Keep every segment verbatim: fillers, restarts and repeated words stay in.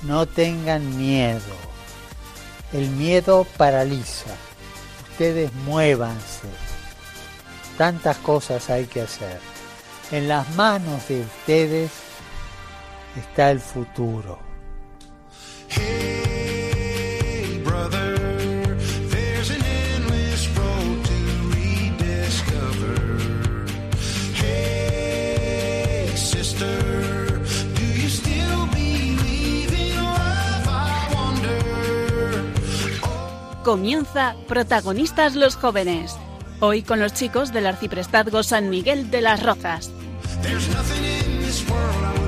no tengan miedo. El miedo paraliza. Ustedes muévanse. Tantas cosas hay que hacer. En las manos de ustedes está el futuro. Hey, brother, there's an endless road to rediscover. Hey, sister, do you still believe in love? I wonder. Oh. Comienza Protagonistas los Jóvenes. Hoy con los chicos del Arciprestazgo San Miguel de las Rozas. There's nothing in this world I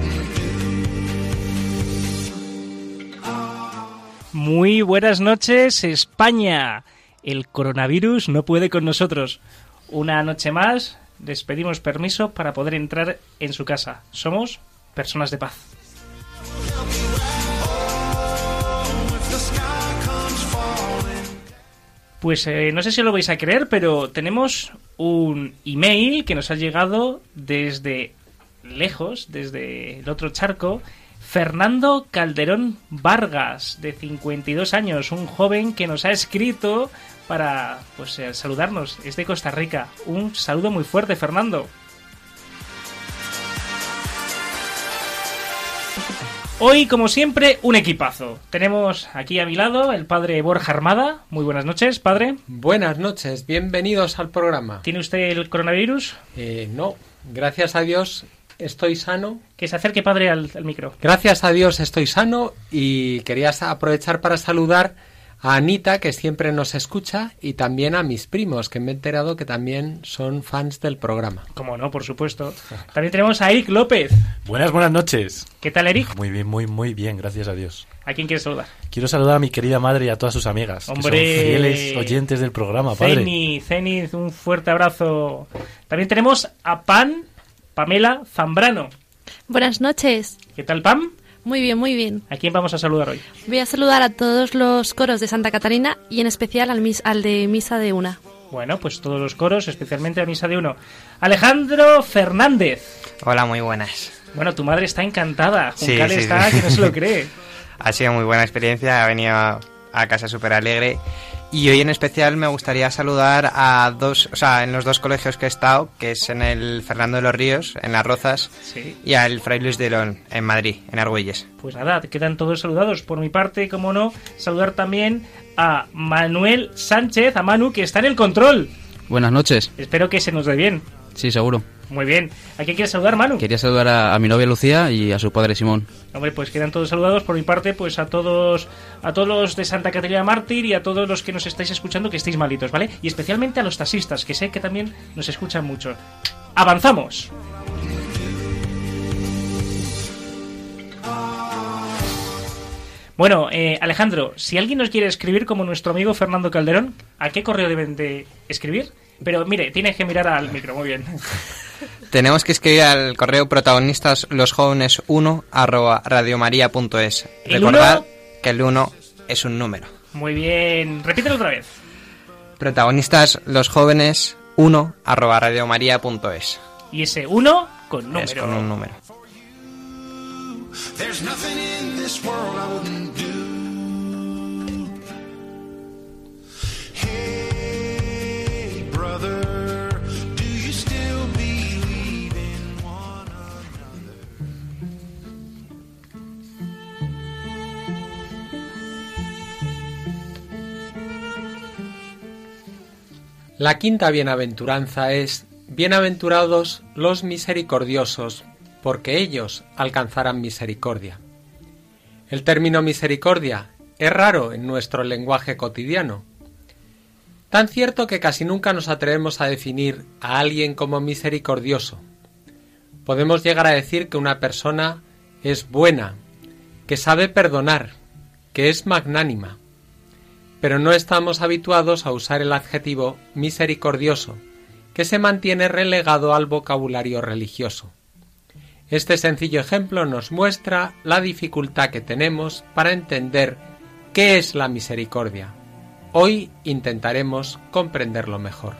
wouldn't do. Muy buenas noches, España. El coronavirus no puede con nosotros. Una noche más, les pedimos permiso para poder entrar en su casa. Somos personas de paz. Pues eh, no sé si lo vais a creer, pero tenemos un email que nos ha llegado desde lejos, desde el otro charco. Fernando Calderón Vargas, de cincuenta y dos años, un joven que nos ha escrito para pues eh, saludarnos. Es de Costa Rica. Un saludo muy fuerte, Fernando. Hoy, como siempre, un equipazo. Tenemos aquí a mi lado el padre Borja Armada. Muy buenas noches, padre. Buenas noches, bienvenidos al programa. ¿Tiene usted el coronavirus? Eh, no, gracias a Dios estoy sano. Que se acerque, padre, al, al micro. Gracias a Dios estoy sano y quería aprovechar para saludar a Anita, que siempre nos escucha, y también a mis primos, que me he enterado que también son fans del programa. Como no, por supuesto. También tenemos a Eric López. Buenas, buenas noches. ¿Qué tal, Eric? Muy bien, muy, muy bien, gracias a Dios. ¿A quién quieres saludar? Quiero saludar a mi querida madre y a todas sus amigas, ¡Hombre! que son fieles oyentes del programa, padre. Zeni, Zeni, un fuerte abrazo. También tenemos a Pam, Pamela Zambrano. Buenas noches. ¿Qué tal, Pam? Muy bien, muy bien. ¿A quién vamos a saludar hoy? Voy a saludar a todos los coros de Santa Catarina y en especial al, mis, al de Misa de Una. Bueno, pues todos los coros, especialmente a Misa de Uno. Alejandro Fernández. Hola, muy buenas. Bueno, tu madre está encantada. Sí, Juncal sí, está, sí. que no se lo cree. Ha sido muy buena experiencia, ha venido a, a casa súper alegre. Y hoy en especial me gustaría saludar a dos, o sea, en los dos colegios que he estado, que es en el Fernando de los Ríos, en Las Rozas, Sí. y al Fray Luis de León, en Madrid, en Argüelles. Pues nada, quedan todos saludados. Por mi parte, como no, saludar también a Manuel Sánchez, a Manu, que está en el control. Buenas noches. Espero que se nos dé bien. Sí, seguro. Muy bien. ¿A quién quieres saludar, Manu? Quería saludar a, a mi novia Lucía y a su padre Simón. Hombre, pues quedan todos saludados. Por mi parte, pues a todos a todos los de Santa Catarina Mártir y a todos los que nos estáis escuchando que estéis malitos, ¿vale? Y especialmente a los taxistas, que sé que también nos escuchan mucho. ¡Avanzamos! Bueno, eh, Alejandro, si alguien nos quiere escribir como nuestro amigo Fernando Calderón, ¿a qué correo deben de escribir? Pero mire, tienes que mirar al micro, muy bien. Tenemos que escribir al correo protagonistas los jóvenes uno arroba radiomaria punto es. ¿El Recordad uno? que el uno es un número. Muy bien, repítelo otra vez. Protagonistas los jóvenes uno arroba radiomaria punto es. Y ese uno con número. Es con un número. There's nothing in this world I wouldn't do. Hey, brother, do you still believe in one another? La quinta bienaventuranza es: bienaventurados los misericordiosos, porque ellos alcanzarán misericordia. El término misericordia es raro en nuestro lenguaje cotidiano. Tan cierto que casi nunca nos atrevemos a definir a alguien como misericordioso. Podemos llegar a decir que una persona es buena, que sabe perdonar, que es magnánima, pero no estamos habituados a usar el adjetivo misericordioso, que se mantiene relegado al vocabulario religioso. Este sencillo ejemplo nos muestra la dificultad que tenemos para entender qué es la misericordia. Hoy intentaremos comprenderlo mejor.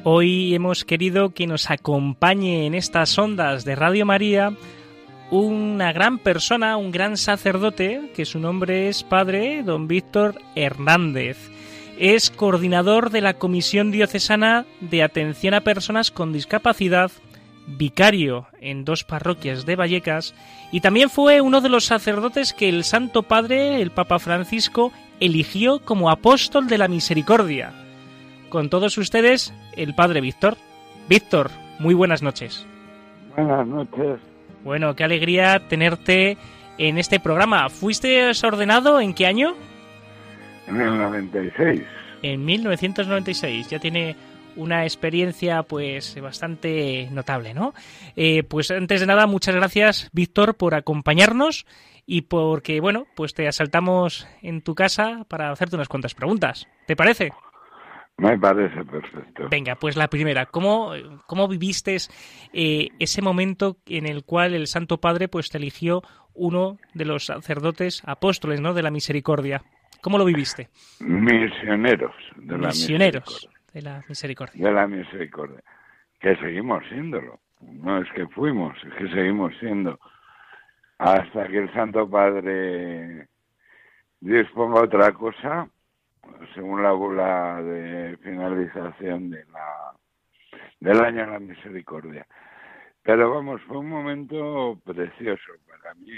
Hoy hemos querido que nos acompañe en estas ondas de Radio María una gran persona, un gran sacerdote, que su nombre es Padre Don Víctor Hernández. Es coordinador de la Comisión Diocesana de Atención a Personas con Discapacidad, vicario en dos parroquias de Vallecas, y también fue uno de los sacerdotes que el Santo Padre, el Papa Francisco, eligió como apóstol de la misericordia. Con todos ustedes, el Padre Víctor. Víctor, muy buenas noches. Buenas noches. Bueno, qué alegría tenerte en este programa. ¿Fuiste ordenado en qué año? En el noventa y seis. En mil novecientos noventa y seis. Ya tiene una experiencia pues bastante notable, ¿no? Eh, pues antes de nada, muchas gracias, Víctor, por acompañarnos y porque, bueno, pues te asaltamos en tu casa para hacerte unas cuantas preguntas. ¿Te parece? Me parece perfecto. Venga, pues la primera. ¿Cómo, cómo viviste eh, ese momento en el cual el Santo Padre pues te eligió uno de los sacerdotes apóstoles, ¿no?, de la misericordia? ¿Cómo lo viviste? Misioneros de la Misioneros misericordia. de la misericordia. De la misericordia. Que seguimos siéndolo. No es que fuimos, es que seguimos siendo. Hasta que el Santo Padre disponga otra cosa, según la bula de finalización de la del año de la misericordia. Pero vamos, fue un momento precioso para mí,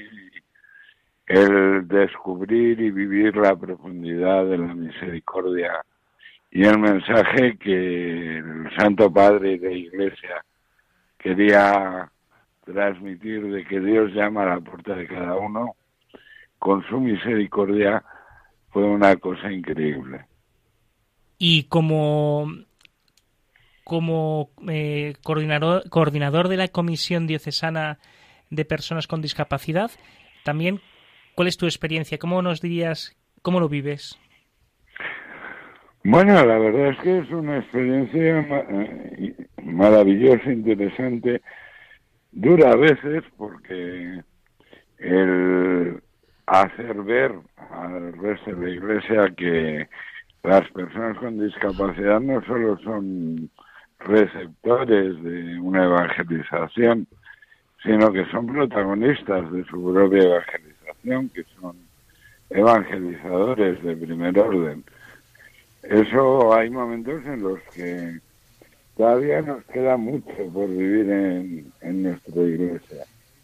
el descubrir y vivir la profundidad de la misericordia y el mensaje que el Santo Padre de Iglesia quería transmitir, de que Dios llama a la puerta de cada uno con su misericordia, fue una cosa increíble. Y como, como eh, coordinador, coordinador de la Comisión Diocesana de Personas con Discapacidad, también, ¿cuál es tu experiencia? ¿Cómo nos dirías, cómo lo vives? Bueno, la verdad es que es una experiencia ma- maravillosa, interesante, dura a veces porque el hacer ver al resto de la Iglesia que las personas con discapacidad no solo son receptores de una evangelización, sino que son protagonistas de su propia evangelización, que son evangelizadores de primer orden. Eso, hay momentos en los que todavía nos queda mucho por vivir en, en nuestra Iglesia.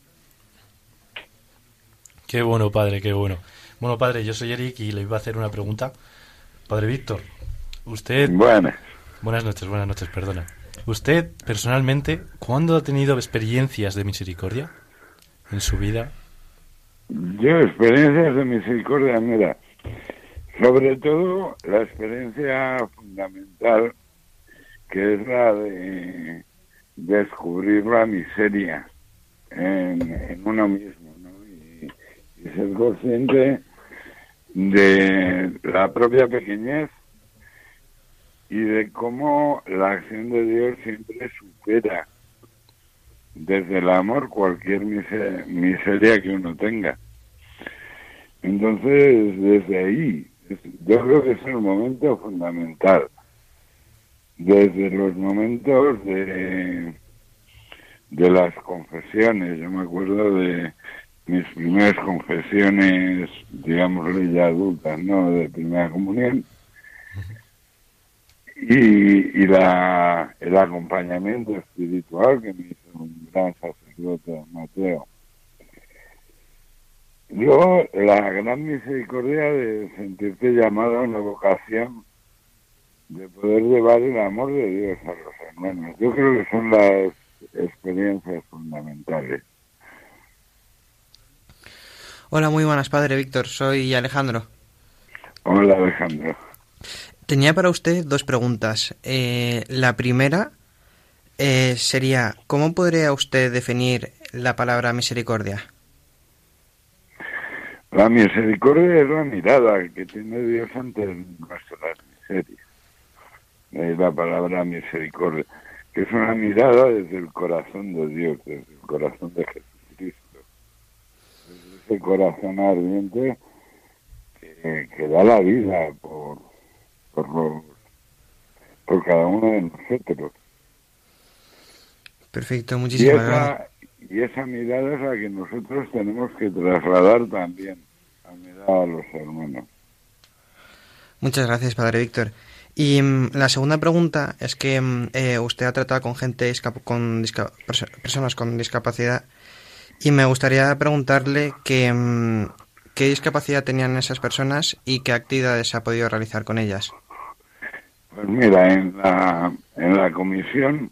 Qué bueno, padre, qué bueno. Bueno, padre, yo soy Eric y le iba a hacer una pregunta. Padre Víctor, usted... Buenas. Buenas noches, buenas noches, perdona. Usted, personalmente, ¿cuándo ha tenido experiencias de misericordia en su vida? Yo, experiencias de misericordia, mira, sobre todo la experiencia fundamental, que es la de descubrir la miseria en, en uno mismo, ¿no? Y, y ser consciente de la propia pequeñez y de cómo la acción de Dios siempre supera desde el amor cualquier miseria, miseria que uno tenga. Entonces, desde ahí, yo creo que es el momento fundamental. Desde los momentos de, de las confesiones, yo me acuerdo de mis primeras confesiones, digámosle ya adultas, ¿no?, de primera comunión, y, y la, el acompañamiento espiritual que me hizo un gran sacerdote, Mateo. Luego, la gran misericordia de sentirte llamado a una vocación de poder llevar el amor de Dios a los hermanos. Yo creo que son las experiencias fundamentales. Hola, muy buenas, Padre Víctor. Soy Alejandro. Hola, Alejandro. Tenía para usted dos preguntas. Eh, la primera eh, sería, ¿cómo podría usted definir la palabra misericordia? La misericordia es la mirada que tiene Dios ante nuestras miserias. Es la palabra misericordia, que es una mirada desde el corazón de Dios, desde el corazón de Jesucristo. Desde ese corazón ardiente que, que da la vida por, por los por cada uno de nosotros. Perfecto, Y muchísimas gracias. esa, y esa mirada es la que nosotros tenemos que trasladar también, a mirar a los hermanos. Muchas gracias, Padre Víctor. Y mm, la segunda pregunta es que mm, eh, usted ha tratado con gente discap- con disca- perso- personas con discapacidad y me gustaría preguntarle que, mm, qué discapacidad tenían esas personas y qué actividades ha podido realizar con ellas. Pues mira, en la, en la comisión,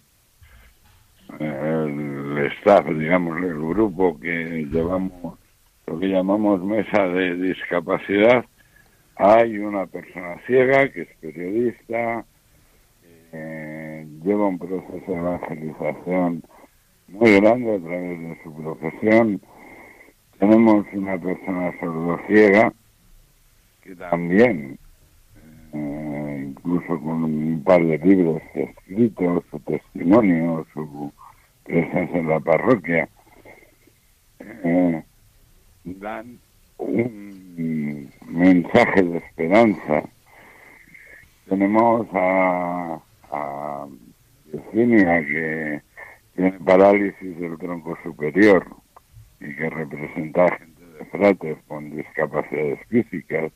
el staff, digamos, el grupo que llevamos, lo que llamamos mesa de discapacidad, hay una persona ciega que es periodista, eh, lleva un proceso de evangelización muy grande a través de su profesión. Tenemos una persona sordociega que también, eh, incluso con un par de libros que ha escrito, su testimonio, su presencia en la parroquia, eh, dan un mensaje de esperanza. Tenemos a, a Virginia, que tiene parálisis del tronco superior y que representa a gente de Frates con discapacidades físicas,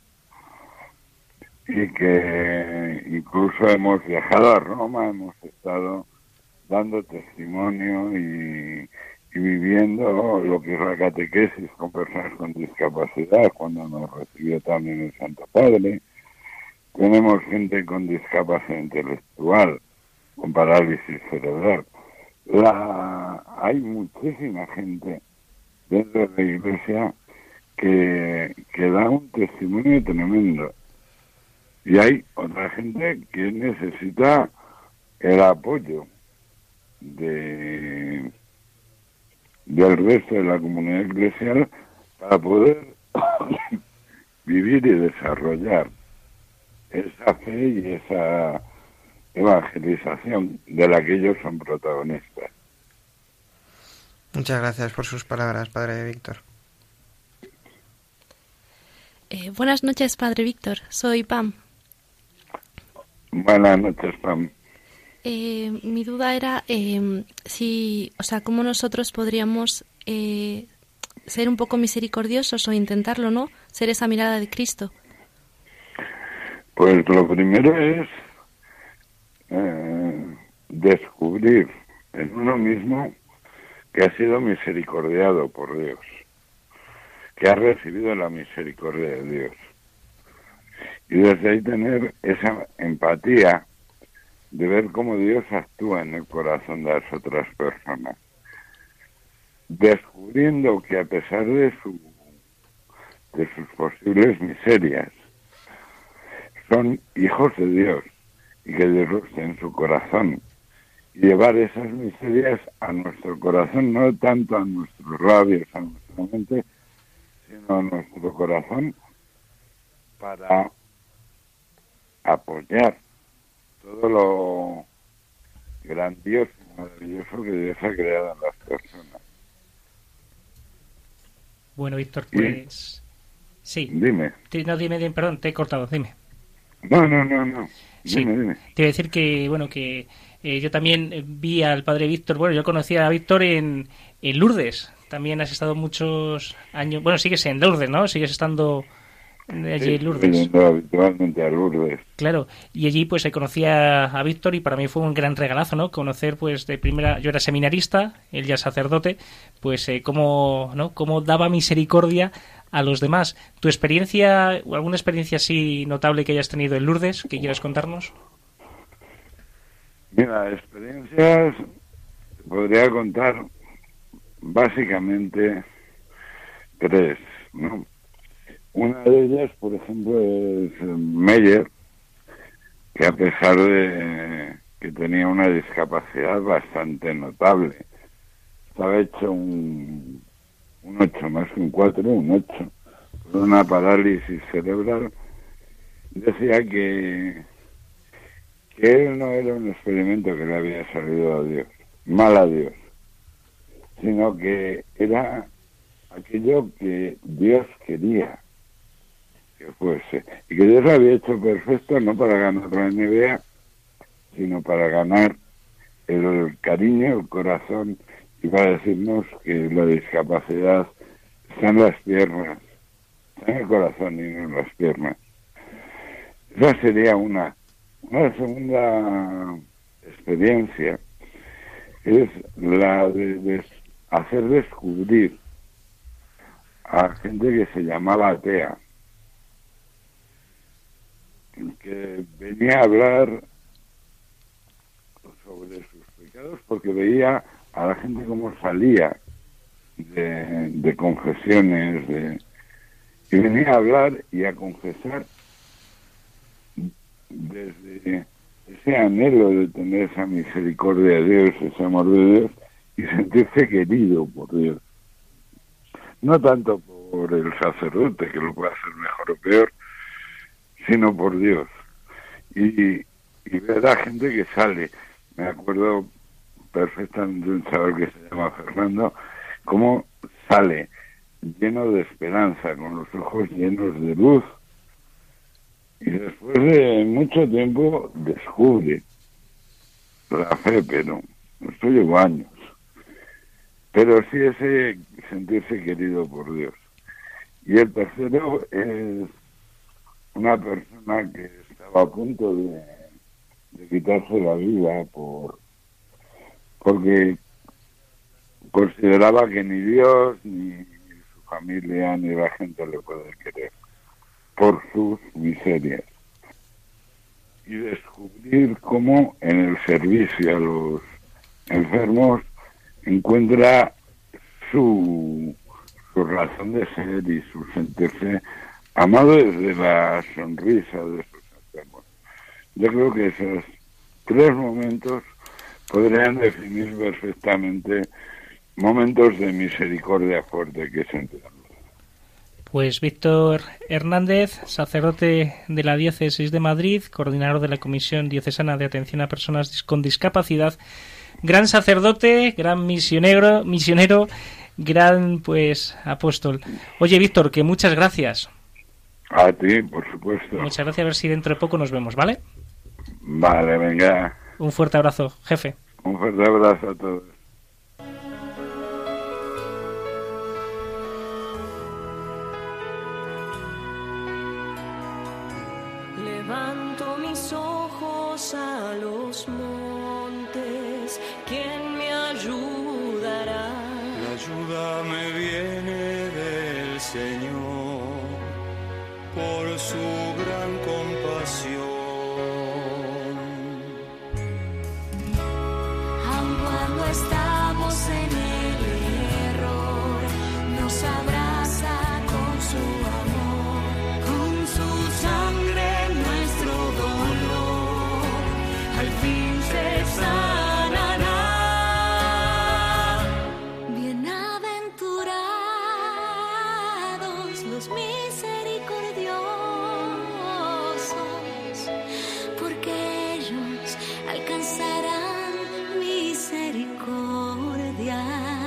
y que incluso hemos viajado a Roma, hemos estado dando testimonio y, y viviendo lo que es la catequesis con personas con discapacidad, cuando nos recibió también el Santo Padre. Tenemos gente con discapacidad intelectual, con parálisis cerebral. La, hay muchísima gente dentro de la Iglesia que, que da un testimonio tremendo. Y hay otra gente que necesita el apoyo de del resto de la comunidad eclesial para poder vivir y desarrollar esa fe y esa evangelización de la que ellos son protagonistas. Muchas gracias por sus palabras, Padre Víctor. Eh, buenas noches, Padre Víctor. Soy Pam. Buenas noches, Pam. Eh, mi duda era eh, si, o sea, cómo nosotros podríamos eh, ser un poco misericordiosos o intentarlo, ¿no? Ser esa mirada de Cristo. Pues lo primero es eh, descubrir en uno mismo que ha sido misericordiado por Dios, que ha recibido la misericordia de Dios. Y desde ahí tener esa empatía de ver cómo Dios actúa en el corazón de las otras personas, descubriendo que a pesar de su de sus posibles miserias son hijos de Dios y que Dios los tiene en su corazón, y llevar esas miserias a nuestro corazón, no tanto a nuestros labios, a nuestra mente, sino a nuestro corazón, para apoyar todo lo grandioso y maravilloso que Dios ha creado en las personas. Bueno, Víctor, pues... Sí. Dime. No, dime, dime, perdón, te he cortado, dime. No, no, no, no. Sí. Dime, dime. Te iba a decir que, bueno, que eh, yo también vi al Padre Víctor, bueno, yo conocí a Víctor en, en Lourdes. También has estado muchos años, bueno, sigues en Lourdes, ¿no? Sigues estando allí en Lourdes. Sí, yendo habitualmente a Lourdes. Claro, y allí pues conocí a, a Víctor y para mí fue un gran regalazo, ¿no? Conocer pues de primera, yo era seminarista, él ya sacerdote, pues eh, cómo, ¿no? Cómo daba misericordia a los demás. ¿Tu experiencia, o alguna experiencia así notable que hayas tenido en Lourdes, que quieras contarnos? Mira, experiencias podría contar básicamente tres, ¿no? Una de ellas, por ejemplo, es Meyer, que a pesar de que tenía una discapacidad bastante notable, estaba hecho un, un ocho más que un cuatro, un ocho, por una parálisis cerebral, decía que, que él no era un experimento que le había salido a Dios, mal a Dios, sino que era aquello que Dios quería que fuese, y que Dios lo había hecho perfecto no para ganar la N B A, sino para ganar el cariño, el corazón, y para decirnos que la discapacidad está en las piernas, está en el corazón y no en las piernas. Esa sería una. Una segunda experiencia es la de, de hacer descubrir a gente que se llamaba atea, que venía a hablar sobre sus pecados porque veía a la gente cómo salía de, de confesiones, de, y venía a hablar y a confesar desde ese anhelo de tener esa misericordia de Dios, ese amor de Dios, y sentirse querido por Dios. No tanto por el sacerdote, que lo puede hacer mejor o peor, sino por Dios. Y, y ver a gente que sale. Me acuerdo perfectamente de un chaval que se llama Fernando, cómo sale lleno de esperanza, con los ojos llenos de luz, y después de mucho tiempo descubre la fe, pero esto llevó años. Pero sí ese sentirse querido por Dios. Y el tercero es una persona que estaba a punto de, de quitarse la vida por porque consideraba que ni Dios, ni su familia, ni la gente le puede querer por sus miserias. Y descubrir cómo en el servicio a los enfermos encuentra su, su razón de ser y su sentirse amado desde la sonrisa de sus enfermos. Yo creo que esos tres momentos podrían definir perfectamente momentos de misericordia fuerte que sentimos. Pues Víctor Hernández, sacerdote de la Diócesis de Madrid, coordinador de la Comisión Diocesana de Atención a Personas con Discapacidad, gran sacerdote, gran misionero, misionero, gran pues apóstol. Oye, Víctor, que muchas gracias. A ti, por supuesto. Muchas gracias, a ver si dentro de poco nos vemos, ¿vale? Vale, venga. Un fuerte abrazo, jefe. Un fuerte abrazo a todos. Levanto mis ojos a los montes, ¿quién me ayudará? La ayuda me viene del Señor, por su gran compasión. Aun cuando estamos en el error, nos abraza con su amor, con su sangre nuestro dolor, al fin se sanará. Bienaventurados los misericordiosos, porque ellos alcanzarán misericordia.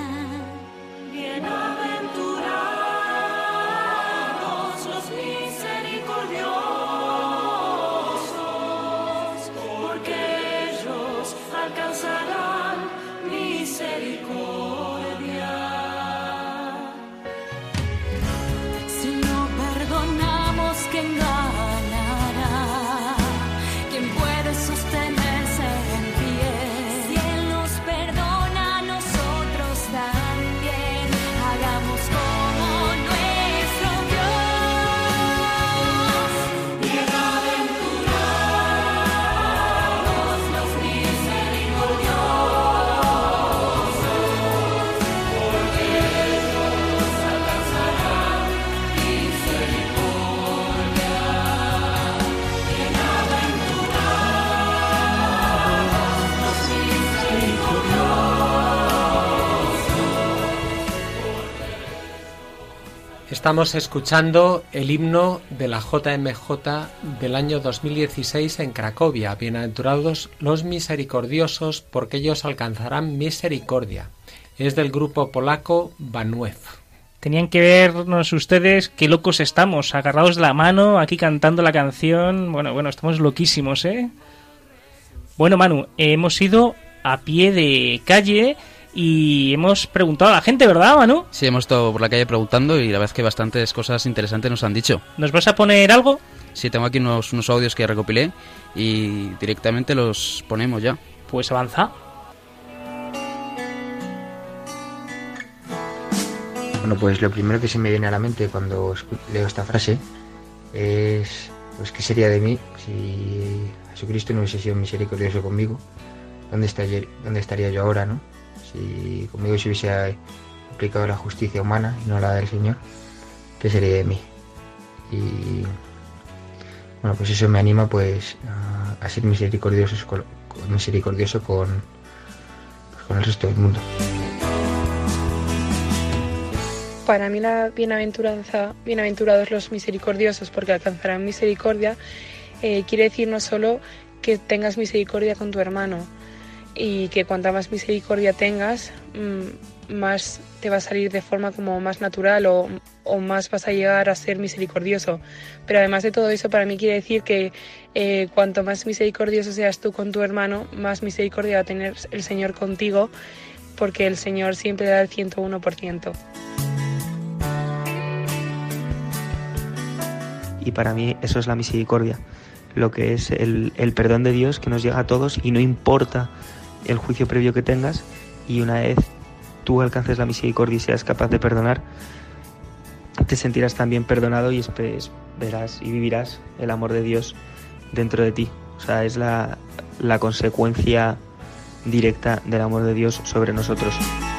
Bienaventurados los misericordiosos, porque ellos alcanzarán misericordia. Si no perdonamos, ¿quién ganará? ¿Quién puede sostenerse en pie? Si Él nos perdona, nosotros también hagamos como nuestro Dios. Bienaventurados los misericordiosos, porque ellos alcanzarán misericordia. Bienaventurados los misericordiosos. Estamos escuchando el himno de la J M J del año dos mil dieciséis en Cracovia. Bienaventurados los misericordiosos, porque ellos alcanzarán misericordia. Es del grupo polaco Banuev. Tenían que vernos ustedes qué locos estamos, agarrados de la mano, aquí cantando la canción. Bueno, bueno, estamos loquísimos, ¿eh? Bueno, Manu, eh, hemos ido a pie de calle y hemos preguntado a la gente, ¿verdad, Manu? Sí, hemos estado por la calle preguntando y la verdad es que bastantes cosas interesantes nos han dicho. ¿Nos vas a poner algo? Sí, tengo aquí unos, unos audios que recopilé y directamente los ponemos ya. Pues avanza. Bueno, pues lo primero que se me viene a la mente cuando leo esta frase es, pues, ¿qué sería de mí si Jesucristo no hubiese sido misericordioso conmigo? ¿Dónde estaría, dónde estaría yo ahora, no? Si conmigo se hubiese aplicado la justicia humana y no la del Señor, ¿qué sería de mí? Y bueno, pues eso me anima pues a, a ser misericordioso con, misericordioso con, pues, con el resto del mundo. Para mí la bienaventuranza, bienaventurados los misericordiosos, porque alcanzarán misericordia, eh, quiere decir no solo que tengas misericordia con tu hermano, y que cuanta más misericordia tengas, mmm, más te va a salir de forma como más natural o, o más vas a llegar a ser misericordioso. Pero además de todo eso, para mí quiere decir que eh, cuanto más misericordioso seas tú con tu hermano, más misericordia va a tener el Señor contigo, porque el Señor siempre da el ciento uno por ciento. Y para mí eso es la misericordia, lo que es el, el perdón de Dios que nos llega a todos y no importa el juicio previo que tengas, y una vez tú alcances la misericordia y seas capaz de perdonar, te sentirás también perdonado y después verás y vivirás el amor de Dios dentro de ti. O sea, es la, la consecuencia directa del amor de Dios sobre nosotros.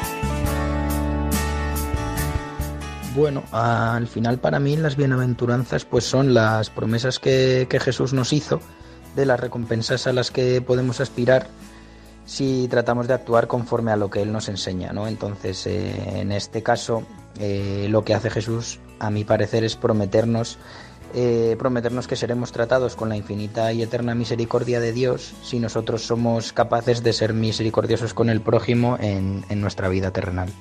Bueno, al final para mí las bienaventuranzas pues son las promesas que, que Jesús nos hizo, de las recompensas a las que podemos aspirar si tratamos de actuar conforme a lo que Él nos enseña, ¿no? Entonces, eh, en este caso, eh, lo que hace Jesús, a mi parecer, es prometernos, eh, prometernos que seremos tratados con la infinita y eterna misericordia de Dios si nosotros somos capaces de ser misericordiosos con el prójimo en, en nuestra vida terrenal.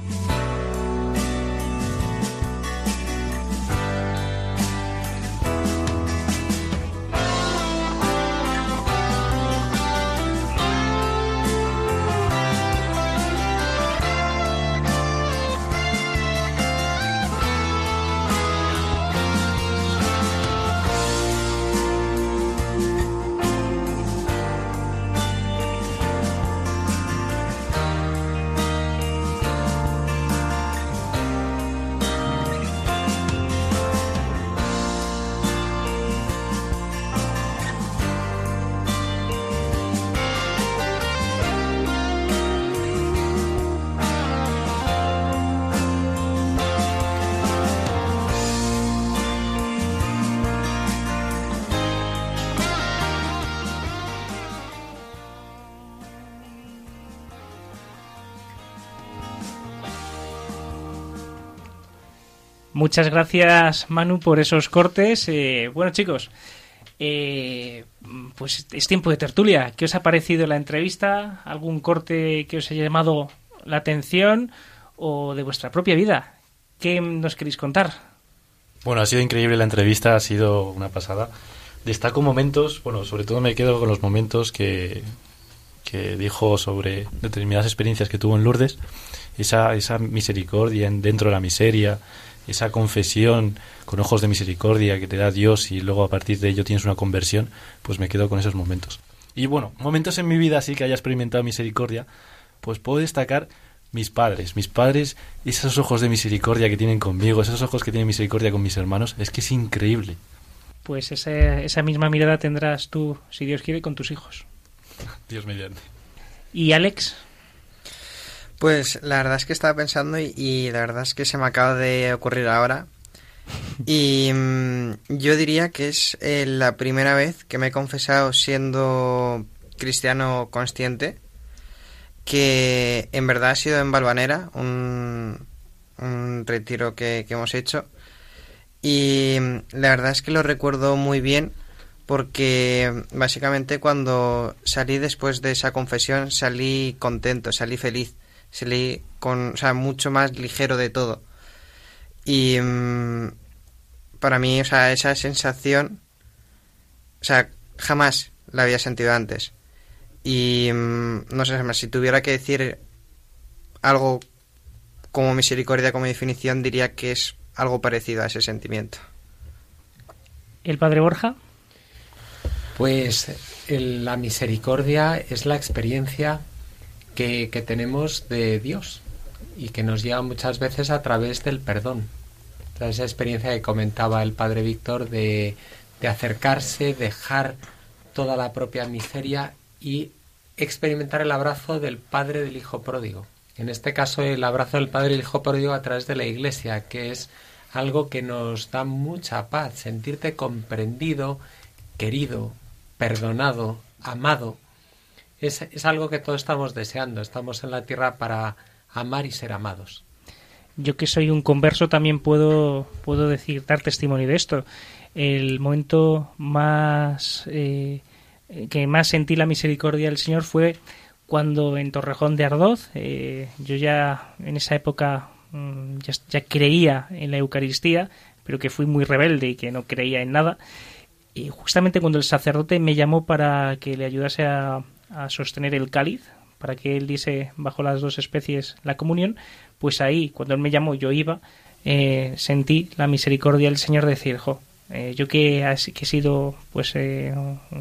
Muchas gracias, Manu, por esos cortes. Eh, bueno, chicos, eh, pues es tiempo de tertulia. ¿Qué os ha parecido la entrevista? ¿Algún corte que os haya llamado la atención o de vuestra propia vida? ¿Qué nos queréis contar? Bueno, ha sido increíble la entrevista, ha sido una pasada. Destaco momentos, bueno, sobre todo me quedo con los momentos que, que dijo sobre determinadas experiencias que tuvo en Lourdes, esa, esa misericordia en, dentro de la miseria, esa confesión con ojos de misericordia que te da Dios y luego a partir de ello tienes una conversión, pues me quedo con esos momentos. Y bueno, momentos en mi vida así que haya experimentado misericordia, pues puedo destacar mis padres, mis padres, esos ojos de misericordia que tienen conmigo, esos ojos que tienen misericordia con mis hermanos, es que es increíble. Pues esa, esa misma mirada tendrás tú, si Dios quiere, con tus hijos. Dios mediante. ¿Y Alex? Pues la verdad es que estaba pensando y, y la verdad es que se me acaba de ocurrir ahora. Y mmm, yo diría que es eh, la primera vez que me he confesado siendo cristiano consciente, que en verdad ha sido en Valvanera, un, un retiro que, que hemos hecho. Y la verdad es que lo recuerdo muy bien porque básicamente cuando salí después de esa confesión salí contento, salí feliz. Salí con, o sea, mucho más ligero de todo. Y mmm, para mí, o sea, esa sensación, o sea, jamás la había sentido antes. Y mm, no sé, si tuviera que decir algo como misericordia, como definición, diría que es algo parecido a ese sentimiento. ¿El padre Borja? Pues el, la misericordia es la experiencia que, que tenemos de Dios y que nos llega muchas veces a través del perdón. Toda esa experiencia que comentaba el padre Víctor de, de acercarse, dejar toda la propia miseria y experimentar el abrazo del padre del hijo pródigo. En este caso, el abrazo del padre del hijo pródigo a través de la Iglesia, que es algo que nos da mucha paz, sentirte comprendido, querido, perdonado, amado. Es, es algo que todos estamos deseando. Estamos en la tierra para amar y ser amados. Yo, que soy un converso, también puedo, puedo decir, dar testimonio de esto. El momento más eh, que más sentí la misericordia del Señor fue cuando en Torrejón de Ardoz, eh, yo ya en esa época mmm, ya, ya creía en la Eucaristía, pero que fui muy rebelde y que no creía en nada. Y justamente cuando el sacerdote me llamó para que le ayudase a, a sostener el cáliz, para que él diese bajo las dos especies la comunión, pues ahí, cuando él me llamó, yo iba, eh, sentí la misericordia del Señor de decir, jo, eh, yo que, que he sido pues eh,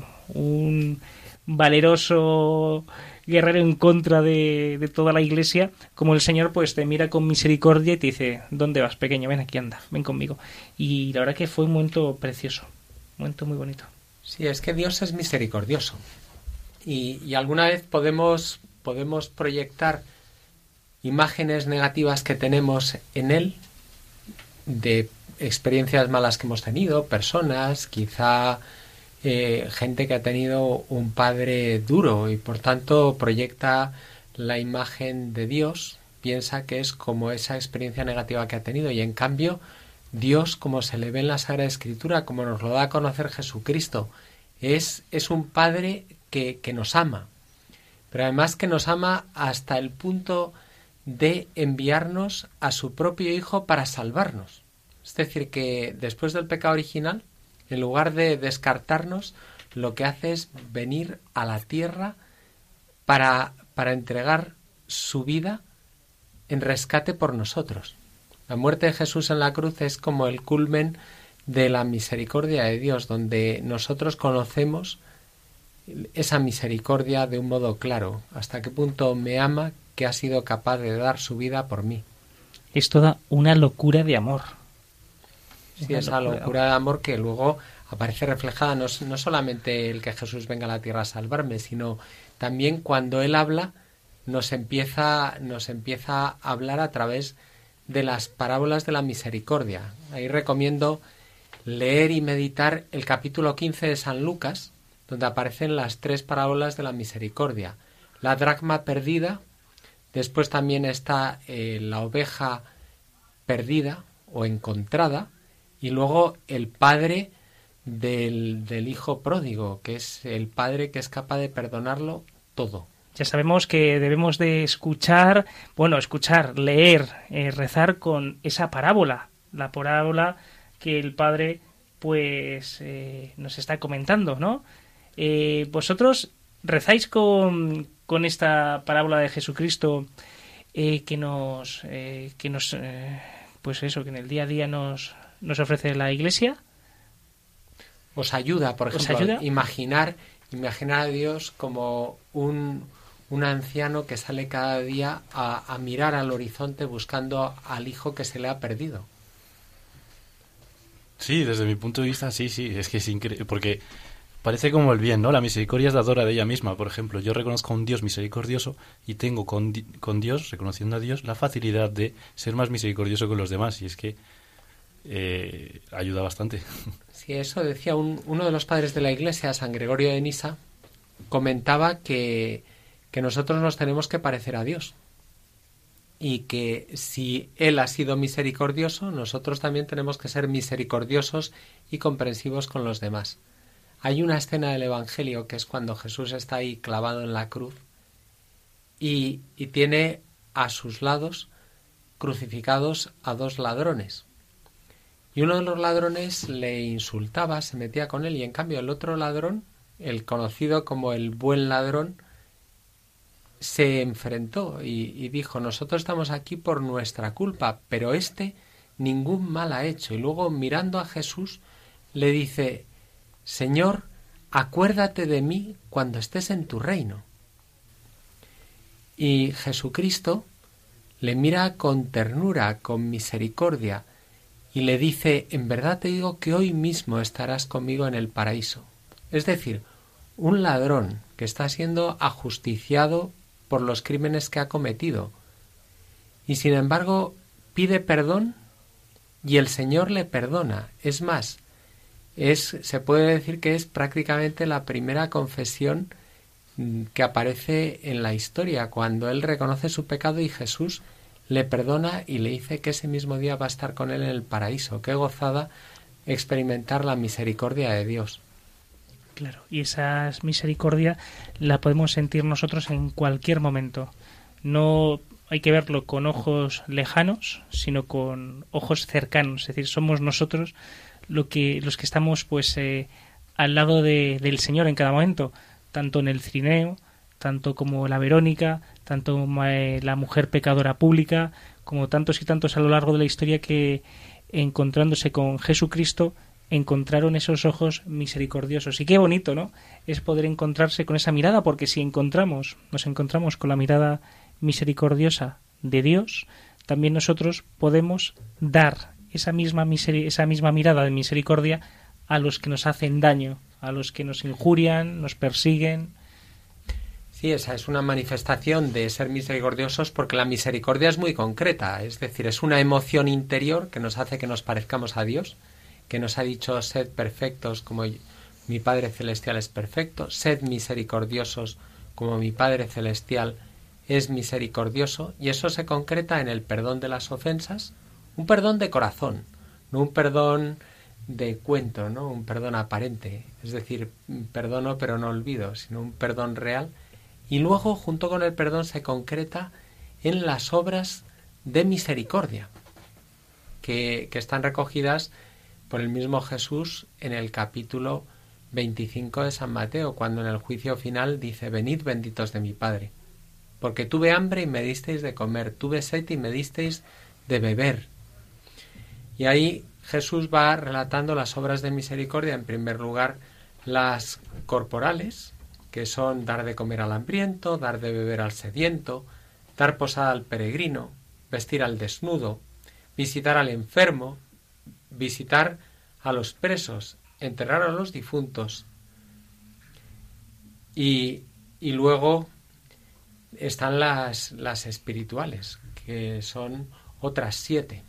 un valeroso guerrero en contra de, de toda la Iglesia, como el Señor pues te mira con misericordia y te dice, ¿dónde vas, pequeño? Ven aquí, anda, ven conmigo. Y la verdad que fue un momento precioso, un momento muy bonito. Sí, es que Dios es misericordioso. Y, y alguna vez podemos, podemos proyectar imágenes negativas que tenemos en Él, de experiencias malas que hemos tenido, personas, quizá eh, gente que ha tenido un padre duro y por tanto proyecta la imagen de Dios, piensa que es como esa experiencia negativa que ha tenido, y en cambio Dios, como se le ve en la Sagrada Escritura, como nos lo da a conocer Jesucristo, es, es un Padre que, que nos ama, pero además que nos ama hasta el punto de enviarnos a su propio Hijo para salvarnos. Es decir, que después del pecado original, en lugar de descartarnos, lo que hace es venir a la tierra para, para entregar su vida en rescate por nosotros. La muerte de Jesús en la cruz es como el culmen de la misericordia de Dios, donde nosotros conocemos esa misericordia de un modo claro. Hasta qué punto me ama, que ha sido capaz de dar su vida por mí. Es toda una locura de amor. Sí, esa locura de amor que luego aparece reflejada no, no solamente el que Jesús venga a la tierra a salvarme, sino también cuando Él habla, nos empieza, nos empieza a hablar a través de las parábolas de la misericordia. Ahí recomiendo leer y meditar el capítulo quince de San Lucas, donde aparecen las tres parábolas de la misericordia. La dracma perdida, después también está eh, la oveja perdida o encontrada, y luego el padre del, del hijo pródigo, que es el padre que es capaz de perdonarlo todo. Ya sabemos que debemos de escuchar, bueno, escuchar, leer, eh, rezar con esa parábola, la parábola que el padre pues eh, nos está comentando, ¿no? Eh, vosotros rezáis con, con esta parábola de Jesucristo eh, que nos, eh, que nos, eh, pues eso, que en el día a día nos, nos ofrece la Iglesia. Os ayuda, por ejemplo, ayuda? imaginar, imaginar a Dios como un, un anciano que sale cada día a, a mirar al horizonte buscando al hijo que se le ha perdido. Sí, desde mi punto de vista, sí, sí, es que es increíble, porque parece como el bien, ¿no? La misericordia es dadora de ella misma. Por ejemplo, yo reconozco a un Dios misericordioso y tengo con, con Dios, reconociendo a Dios, la facilidad de ser más misericordioso con los demás, y es que eh, ayuda bastante. Sí, eso decía un, uno de los padres de la Iglesia, San Gregorio de Nisa, comentaba que, que nosotros nos tenemos que parecer a Dios. Y que si Él ha sido misericordioso, nosotros también tenemos que ser misericordiosos y comprensivos con los demás. Hay una escena del Evangelio que es cuando Jesús está ahí clavado en la cruz y, y tiene a sus lados crucificados a dos ladrones. Y uno de los ladrones le insultaba, se metía con él, y en cambio el otro ladrón, el conocido como el buen ladrón, se enfrentó y, y dijo, nosotros estamos aquí por nuestra culpa, pero este ningún mal ha hecho. Y luego, mirando a Jesús, le dice, Señor, acuérdate de mí cuando estés en tu reino. Y Jesucristo le mira con ternura, con misericordia, y le dice, en verdad te digo que hoy mismo estarás conmigo en el paraíso. Es decir, un ladrón que está siendo ajusticiado por los crímenes que ha cometido, y sin embargo pide perdón y el Señor le perdona. Es más, es, se puede decir que es prácticamente la primera confesión que aparece en la historia, cuando él reconoce su pecado y Jesús le perdona y le dice que ese mismo día va a estar con él en el paraíso. Qué gozada experimentar la misericordia de Dios. Claro, y esa misericordia la podemos sentir nosotros en cualquier momento. No hay que verlo con ojos lejanos, sino con ojos cercanos. Es decir, somos nosotros lo que, los que estamos pues eh, al lado de, del Señor en cada momento, tanto en el Cirineo, tanto como la Verónica, tanto eh, la mujer pecadora pública, como tantos y tantos a lo largo de la historia que, encontrándose con Jesucristo, encontraron esos ojos misericordiosos. Y qué bonito, ¿no?, es poder encontrarse con esa mirada, porque si encontramos, nos encontramos con la mirada misericordiosa de Dios, también nosotros podemos dar esa misma miseri- esa misma mirada de misericordia a los que nos hacen daño, a los que nos injurian, nos persiguen. Sí, esa es una manifestación de ser misericordiosos, porque la misericordia es muy concreta, es decir, es una emoción interior que nos hace que nos parezcamos a Dios, que nos ha dicho, sed perfectos como mi Padre Celestial es perfecto, sed misericordiosos como mi Padre Celestial es misericordioso, y eso se concreta en el perdón de las ofensas, un perdón de corazón, no un perdón de cuento, ¿no?, un perdón aparente, es decir, perdono pero no olvido, sino un perdón real. Y luego, junto con el perdón, se concreta en las obras de misericordia, que, que están recogidas por el mismo Jesús en el capítulo veinticinco de San Mateo, cuando en el juicio final dice, venid benditos de mi Padre, porque tuve hambre y me disteis de comer, tuve sed y me disteis de beber. Y ahí Jesús va relatando las obras de misericordia, en primer lugar las corporales, que son dar de comer al hambriento, dar de beber al sediento, dar posada al peregrino, vestir al desnudo, visitar al enfermo, visitar a los presos, enterrar a los difuntos. Y, y luego están las, las espirituales, que son otras siete.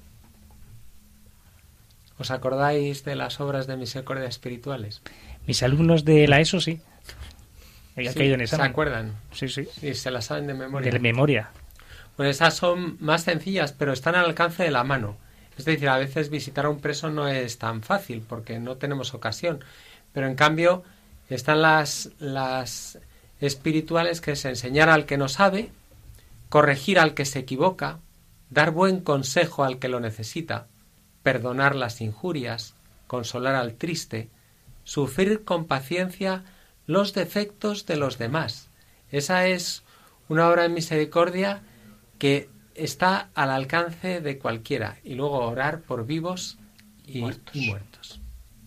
¿Os acordáis de las obras de misericordia espirituales? Mis alumnos de la ESO sí. He Sí, caído en examen. ¿se acuerdan? Sí, sí. Y se las saben de memoria. De memoria. Pues esas son más sencillas, pero están al alcance de la mano. Es decir, a veces visitar a un preso no es tan fácil porque no tenemos ocasión. Pero en cambio están las, las espirituales, que es enseñar al que no sabe, corregir al que se equivoca, dar buen consejo al que lo necesita, perdonar las injurias, consolar al triste, sufrir con paciencia los defectos de los demás. Esa es una obra de misericordia que está al alcance de cualquiera. Y luego orar por vivos y muertos. Y muertos.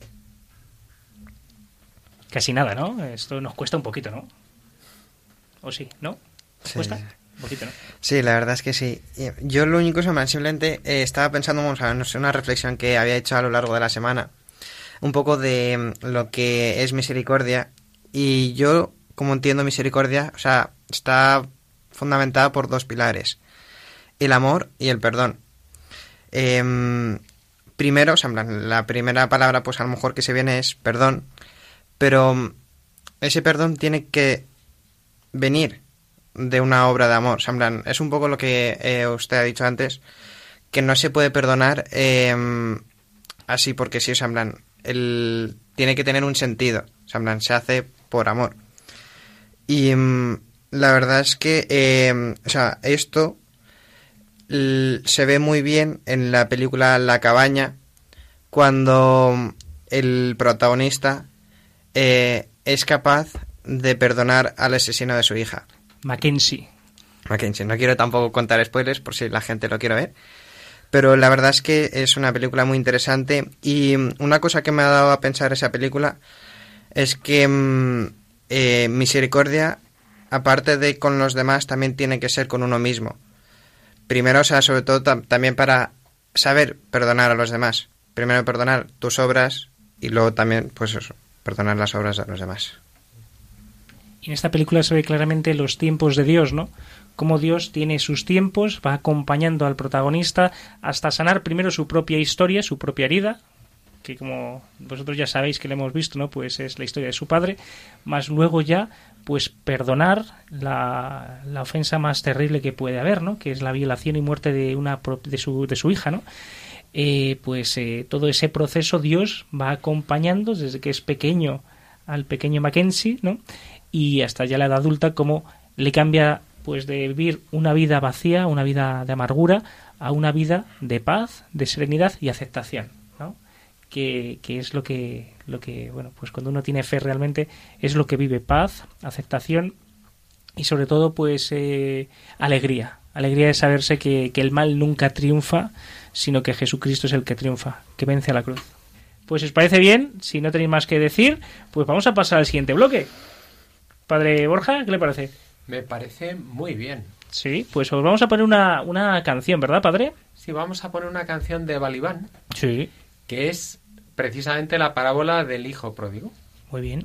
Casi nada, ¿no? Esto nos cuesta un poquito, ¿no? ¿O sí? ¿No? Sí. ¿Cuesta? Un poquito, ¿no? Sí, la verdad es que sí. Yo lo único, simplemente eh, estaba pensando, vamos a ver, no sé, una reflexión que había hecho a lo largo de la semana, un poco de lo que es misericordia. Y yo, como entiendo misericordia, o sea, está fundamentada por dos pilares: el amor y el perdón. Eh, primero, o sea, en plan, la primera palabra, pues a lo mejor que se viene es perdón, pero ese perdón tiene que venir de una obra de amor. O sea, en plan, es un poco lo que eh, usted ha dicho antes, que no se puede perdonar eh, así porque sí, o sea, en plan, el, tiene que tener un sentido. O sea, en plan, se hace por amor. Y um, la verdad es que, eh, o sea, esto l- se ve muy bien en la película La cabaña, cuando el protagonista eh, es capaz de perdonar al asesino de su hija. Mackenzie, Mackenzie. No quiero tampoco contar spoilers por si la gente lo quiere ver. Pero la verdad es que es una película muy interesante. Y una cosa que me ha dado a pensar esa película es que eh, misericordia, aparte de con los demás, también tiene que ser con uno mismo. Primero, o sea, sobre todo tam- también para saber perdonar a los demás. Primero perdonar tus obras y luego también, pues eso, perdonar las obras de los demás. Y en esta película se ve claramente los tiempos de Dios, ¿no? Cómo Dios tiene sus tiempos, va acompañando al protagonista hasta sanar primero su propia historia, su propia herida, que como vosotros ya sabéis que lo hemos visto, ¿no? Pues es la historia de su padre, más luego ya pues perdonar la, la ofensa más terrible que puede haber, ¿no? Que es la violación y muerte de una de su de su hija, ¿no? Eh, pues eh, todo ese proceso Dios va acompañando desde que es pequeño al pequeño Mackenzie, ¿no? Y hasta ya la edad adulta, como le cambia pues de vivir una vida vacía, una vida de amargura, a una vida de paz, de serenidad y aceptación, ¿no? Que, que es lo que, lo que, bueno, pues cuando uno tiene fe realmente es lo que vive: paz, aceptación y sobre todo pues eh, alegría. Alegría de saberse que, que el mal nunca triunfa, sino que Jesucristo es el que triunfa, que vence a la cruz. Pues si os parece bien, si no tenéis más que decir, pues vamos a pasar al siguiente bloque. Padre Borja, ¿qué le parece? Me parece muy bien. Sí, pues os vamos a poner una, una canción, ¿verdad, padre? Sí, vamos a poner una canción de Balibán. Sí. Que es precisamente la parábola del hijo pródigo. Muy bien.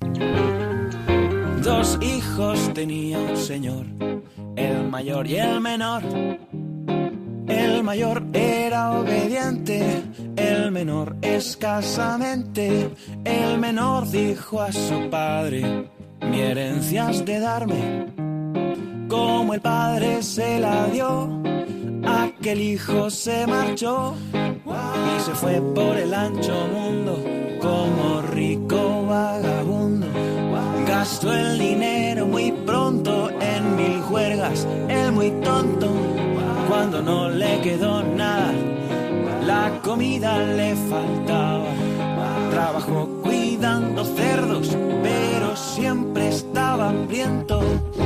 Dos hijos tenía un señor, el mayor y el menor. El mayor era obediente, el menor escasamente. El menor dijo a su padre: mi herencia has de darme. Como el padre se la dio, aquel hijo se marchó y se fue por el ancho mundo como rico vagabundo. Gastó el dinero muy pronto en mil juergas, el muy tonto. Cuando no le quedó nada, la comida le faltaba. Trabajó cuidando cerdos, pero siempre estaba hambriento.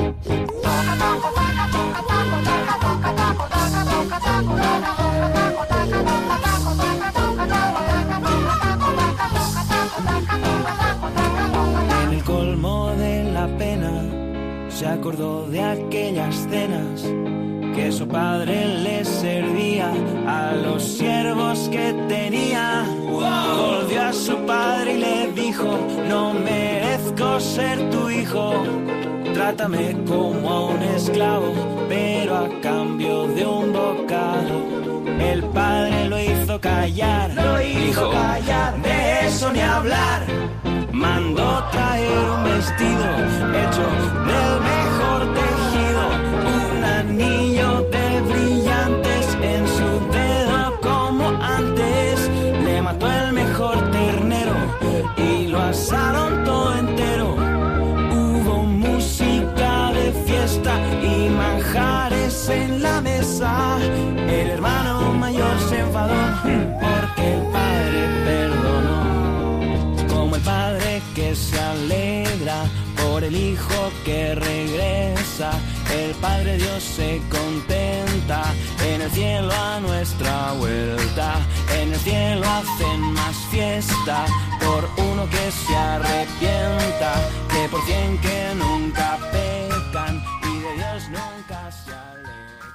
En el colmo de la pena se acordó de aquellas cenas que su padre le servía a los siervos que tenía. Volvió a su padre y le dijo: no merezco ser tu hijo, trátame como a un esclavo, pero a cambio de un bocado. El padre lo hizo callar, lo hizo callar, de eso ni hablar. Mandó traer un vestido hecho del mejor tejido, un anillo de brillantes en su dedo como antes. Le mató el mejor ternero y lo asaron todo entero. Hubo música de fiesta y manjares en la mesa. El hermano mayor se enfadó porque el padre perdonó. Como el padre que se alegra por el hijo que regresa, el Padre Dios se contenta en el cielo a nuestra vuelta. En el cielo hacen más fiesta por uno que se arrepienta, que por cien que nunca pecan y de Dios nunca se alejan.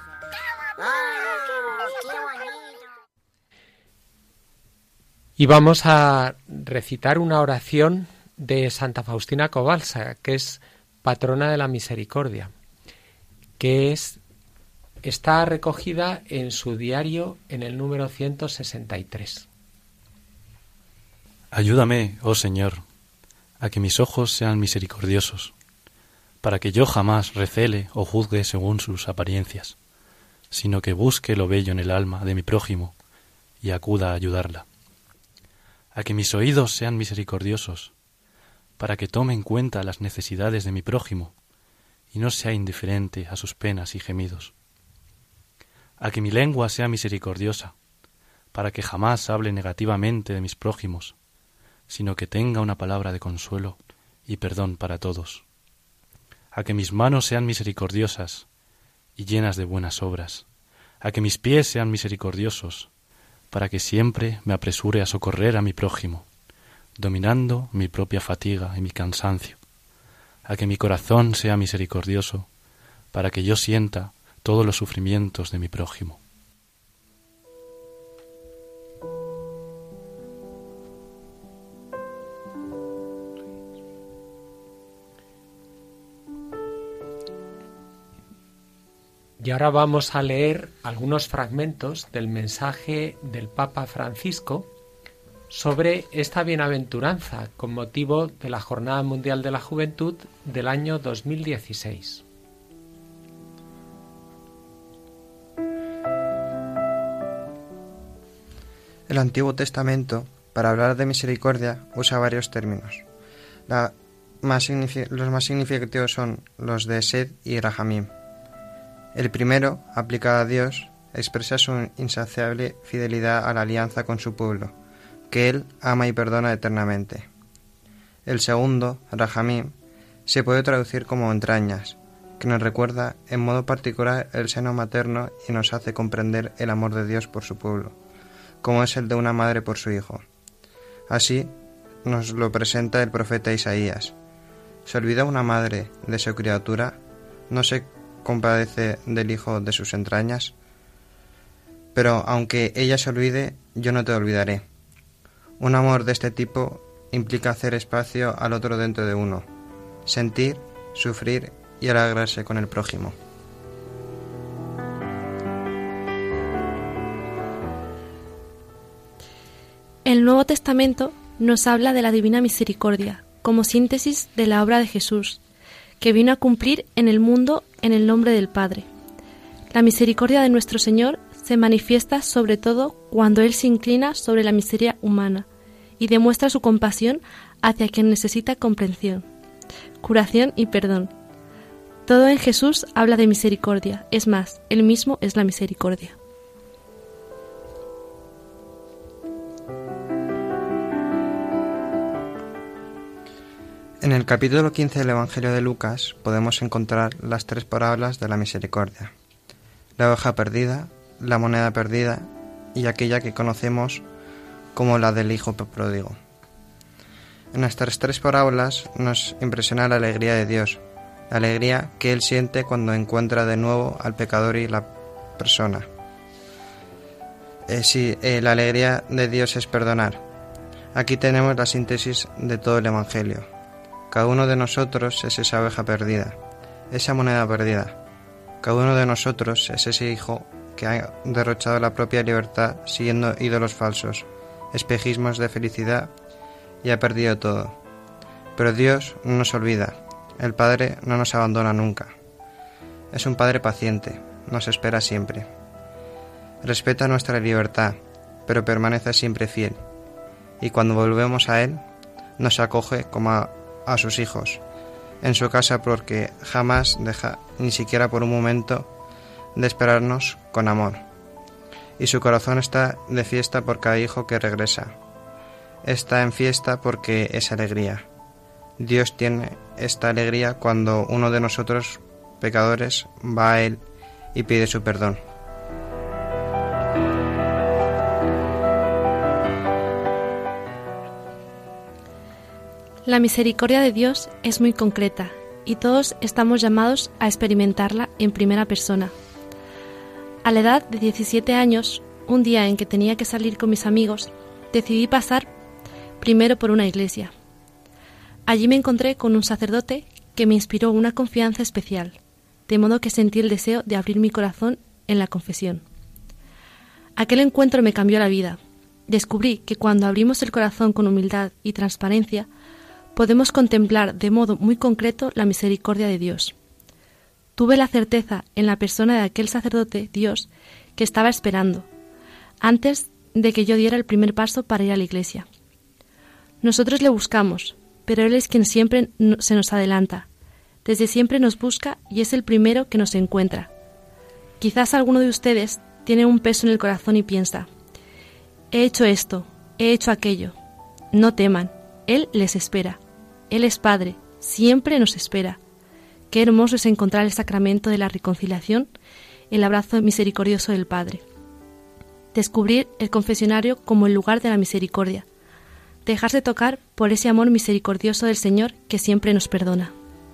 Y vamos a recitar una oración de Santa Faustina Kowalska, que es patrona de la misericordia, que es está recogida en su diario en el número ciento sesenta y tres. Ayúdame, oh Señor, a que mis ojos sean misericordiosos, para que yo jamás recele o juzgue según sus apariencias, sino que busque lo bello en el alma de mi prójimo y acuda a ayudarla. A que mis oídos sean misericordiosos, para que tome en cuenta las necesidades de mi prójimo y no sea indiferente a sus penas y gemidos. A que mi lengua sea misericordiosa, para que jamás hable negativamente de mis prójimos, sino que tenga una palabra de consuelo y perdón para todos. A que mis manos sean misericordiosas, y llenas de buenas obras, a que mis pies sean misericordiosos, para que siempre me apresure a socorrer a mi prójimo, dominando mi propia fatiga y mi cansancio, a que mi corazón sea misericordioso, para que yo sienta todos los sufrimientos de mi prójimo. Y ahora vamos a leer algunos fragmentos del mensaje del Papa Francisco sobre esta bienaventuranza con motivo de la Jornada Mundial de la Juventud del año dos mil dieciséis. El Antiguo Testamento, para hablar de misericordia, usa varios términos. La más los más significativos son los de Esed y Rahamim. El primero, aplicado a Dios, expresa su insaciable fidelidad a la alianza con su pueblo, que Él ama y perdona eternamente. El segundo, Rahamim, se puede traducir como entrañas, que nos recuerda en modo particular el seno materno y nos hace comprender el amor de Dios por su pueblo, como es el de una madre por su hijo. Así nos lo presenta el profeta Isaías. ¿Se olvida una madre de su criatura? ¿No se compadece del hijo de sus entrañas? Pero aunque ella se olvide, yo no te olvidaré. Un amor de este tipo implica hacer espacio al otro dentro de uno, sentir, sufrir y alegrarse con el prójimo. El Nuevo Testamento nos habla de la Divina Misericordia como síntesis de la obra de Jesús, que vino a cumplir en el mundo en el nombre del Padre. La misericordia de nuestro Señor se manifiesta sobre todo cuando Él se inclina sobre la miseria humana y demuestra su compasión hacia quien necesita comprensión, curación y perdón. Todo en Jesús habla de misericordia, es más, Él mismo es la misericordia. En el capítulo quince del Evangelio de Lucas podemos encontrar las tres parábolas de la misericordia: la oveja perdida, la moneda perdida y aquella que conocemos como la del hijo pródigo. En estas tres parábolas nos impresiona la alegría de Dios, la alegría que Él siente cuando encuentra de nuevo al pecador y la persona. Eh, sí, eh, la alegría de Dios es perdonar. Aquí tenemos la síntesis de todo el Evangelio. Cada uno de nosotros es esa oveja perdida, esa moneda perdida. Cada uno de nosotros es ese hijo que ha derrochado la propia libertad siguiendo ídolos falsos, espejismos de felicidad, y ha perdido todo. Pero Dios no nos olvida, el Padre no nos abandona nunca. Es un Padre paciente, nos espera siempre. Respeta nuestra libertad, pero permanece siempre fiel. Y cuando volvemos a Él, nos acoge como a a sus hijos en su casa, porque jamás deja ni siquiera por un momento de esperarnos con amor, y su corazón está de fiesta por cada hijo que regresa. Está en fiesta porque es alegría. Dios tiene esta alegría cuando uno de nosotros, pecadores, va a Él y pide su perdón. La misericordia de Dios es muy concreta y todos estamos llamados a experimentarla en primera persona. A la edad de diecisiete años, un día en que tenía que salir con mis amigos, decidí pasar primero por una iglesia. Allí me encontré con un sacerdote que me inspiró una confianza especial, de modo que sentí el deseo de abrir mi corazón en la confesión. Aquel encuentro me cambió la vida. Descubrí que cuando abrimos el corazón con humildad y transparencia, podemos contemplar de modo muy concreto la misericordia de Dios. Tuve la certeza en la persona de aquel sacerdote, Dios, que estaba esperando, antes de que yo diera el primer paso para ir a la iglesia. Nosotros le buscamos, pero Él es quien siempre se nos adelanta. Desde siempre nos busca y es el primero que nos encuentra. Quizás alguno de ustedes tiene un peso en el corazón y piensa: he hecho esto, he hecho aquello. No teman, Él les espera. Él es Padre, siempre nos espera. qué hermoso es encontrar el sacramento de la reconciliación, el abrazo misericordioso del Padre. Descubrir el confesionario como el lugar de la misericordia. Dejarse tocar por ese amor misericordioso del Señor que siempre nos perdona.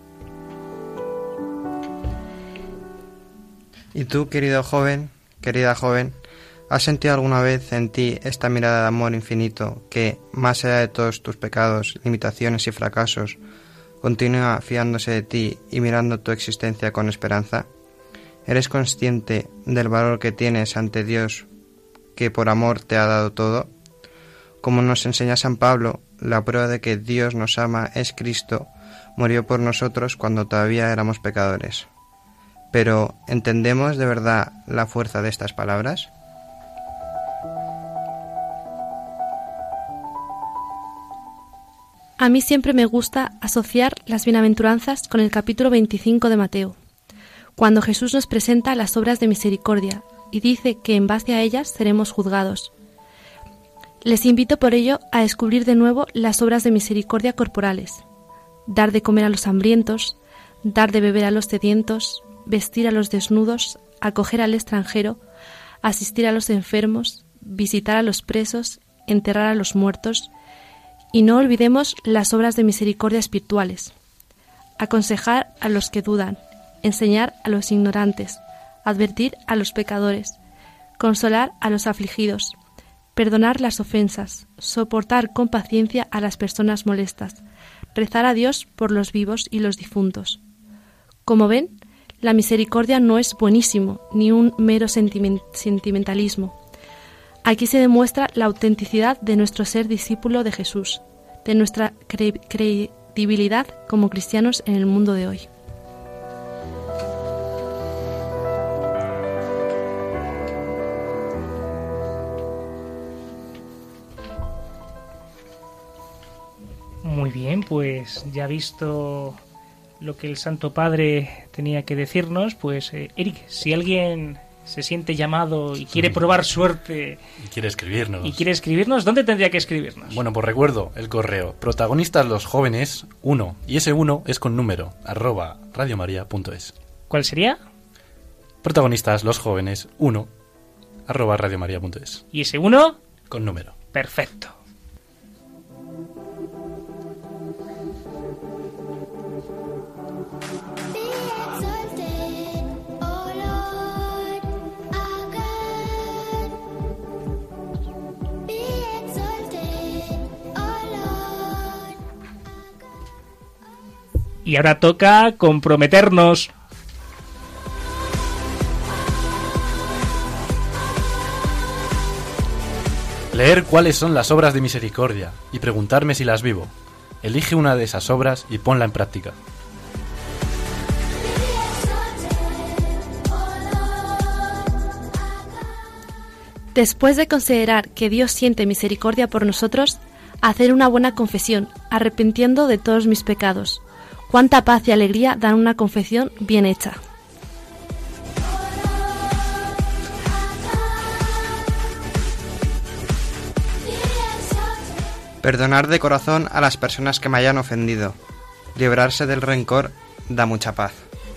¿Y tú, querido joven, querida joven, has sentido alguna vez en ti esta mirada de amor infinito que, más allá de todos tus pecados, limitaciones y fracasos, continúa fiándose de ti y mirando tu existencia con esperanza? ¿Eres consciente del valor que tienes ante Dios, que por amor te ha dado todo? Como nos enseña San Pablo, la prueba de que Dios nos ama es Cristo, murió por nosotros cuando todavía éramos pecadores. Pero, ¿entendemos de verdad la fuerza de estas palabras? A mí siempre me gusta asociar las bienaventuranzas con el capítulo veinticinco de Mateo, cuando Jesús nos presenta las obras de misericordia y dice que en base a ellas seremos juzgados. Les invito por ello a descubrir de nuevo las obras de misericordia corporales: dar de comer a los hambrientos, dar de beber a los sedientos, vestir a los desnudos, acoger al extranjero, asistir a los enfermos, visitar a los presos, enterrar a los muertos. Y no olvidemos las obras de misericordia espirituales: aconsejar a los que dudan, enseñar a los ignorantes, advertir a los pecadores, consolar a los afligidos, perdonar las ofensas, soportar con paciencia a las personas molestas, rezar a Dios por los vivos y los difuntos. Como ven, la misericordia no es buenísimo ni un mero sentiment- sentimentalismo. Aquí se demuestra la autenticidad de nuestro ser discípulo de Jesús, de nuestra cre- credibilidad como cristianos en el mundo de hoy. Muy bien, pues ya visto lo que el Santo Padre tenía que decirnos, pues eh, Eric, si alguien se siente llamado y quiere probar suerte y quiere escribirnos y quiere escribirnos, ¿dónde tendría que escribirnos? Bueno, pues recuerdo el correo protagonistas los jóvenes uno, y ese uno es con número, arroba radiomaria.es. ¿Cuál sería? Protagonistas los jóvenes uno, arroba radiomaria.es. ¿Y ese uno? Con número. Perfecto. Y ahora toca comprometernos. Leer cuáles son las obras de misericordia y preguntarme si las vivo. Elige una de esas obras y ponla en práctica. Después de considerar que Dios siente misericordia por nosotros, hacer una buena confesión, arrepintiendo de todos mis pecados. Cuánta paz y alegría dan una confesión bien hecha. Perdonar de corazón a las personas que me hayan ofendido. Librarse del rencor da mucha paz.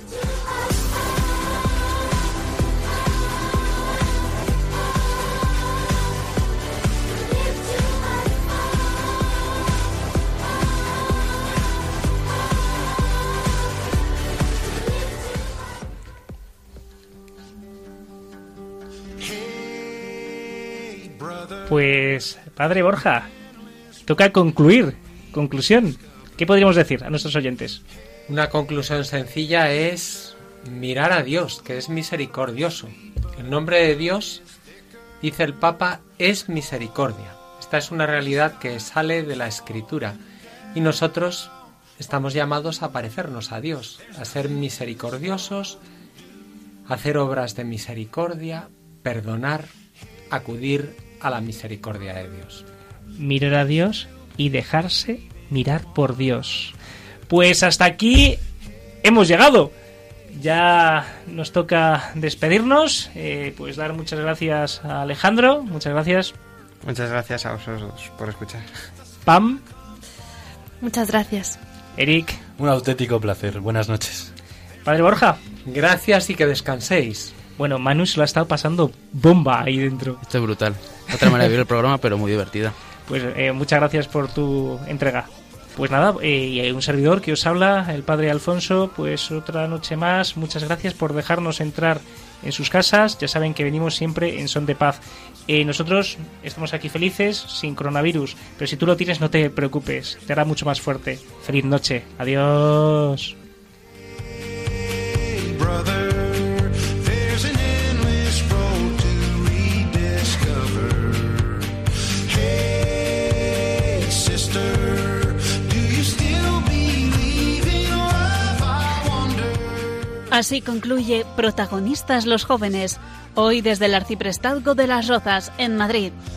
Pues, Padre Borja, toca concluir. Conclusión. ¿Qué podríamos decir a nuestros oyentes? Una conclusión sencilla es mirar a Dios, que es misericordioso. El nombre de Dios, dice el Papa, es misericordia. Esta es una realidad que sale de la Escritura y nosotros estamos llamados a parecernos a Dios, a ser misericordiosos, a hacer obras de misericordia, perdonar, acudir a la misericordia de Dios. Mirar a Dios y dejarse mirar por Dios. Pues hasta aquí hemos llegado. Ya nos toca despedirnos. Eh, pues dar muchas gracias a Alejandro. Muchas gracias. Muchas gracias a vosotros por escuchar. Pam. Muchas gracias. Eric. Un auténtico placer. Buenas noches. Padre Borja. Gracias y que descanséis. Bueno, Manu se lo ha estado pasando bomba ahí dentro. Esto es brutal. Otra manera de ver el programa, pero muy divertida. Pues eh, muchas gracias por tu entrega. Pues nada, eh, y un servidor que os habla, el Padre Alfonso, pues otra noche más. Muchas gracias por dejarnos entrar en sus casas. Ya saben que venimos siempre en son de paz. Eh, nosotros estamos aquí felices, sin coronavirus, pero si tú lo tienes no te preocupes, te hará mucho más fuerte. Feliz noche. Adiós. Así concluye Protagonistas los Jóvenes, hoy desde el Arciprestazgo de Las Rozas, en Madrid.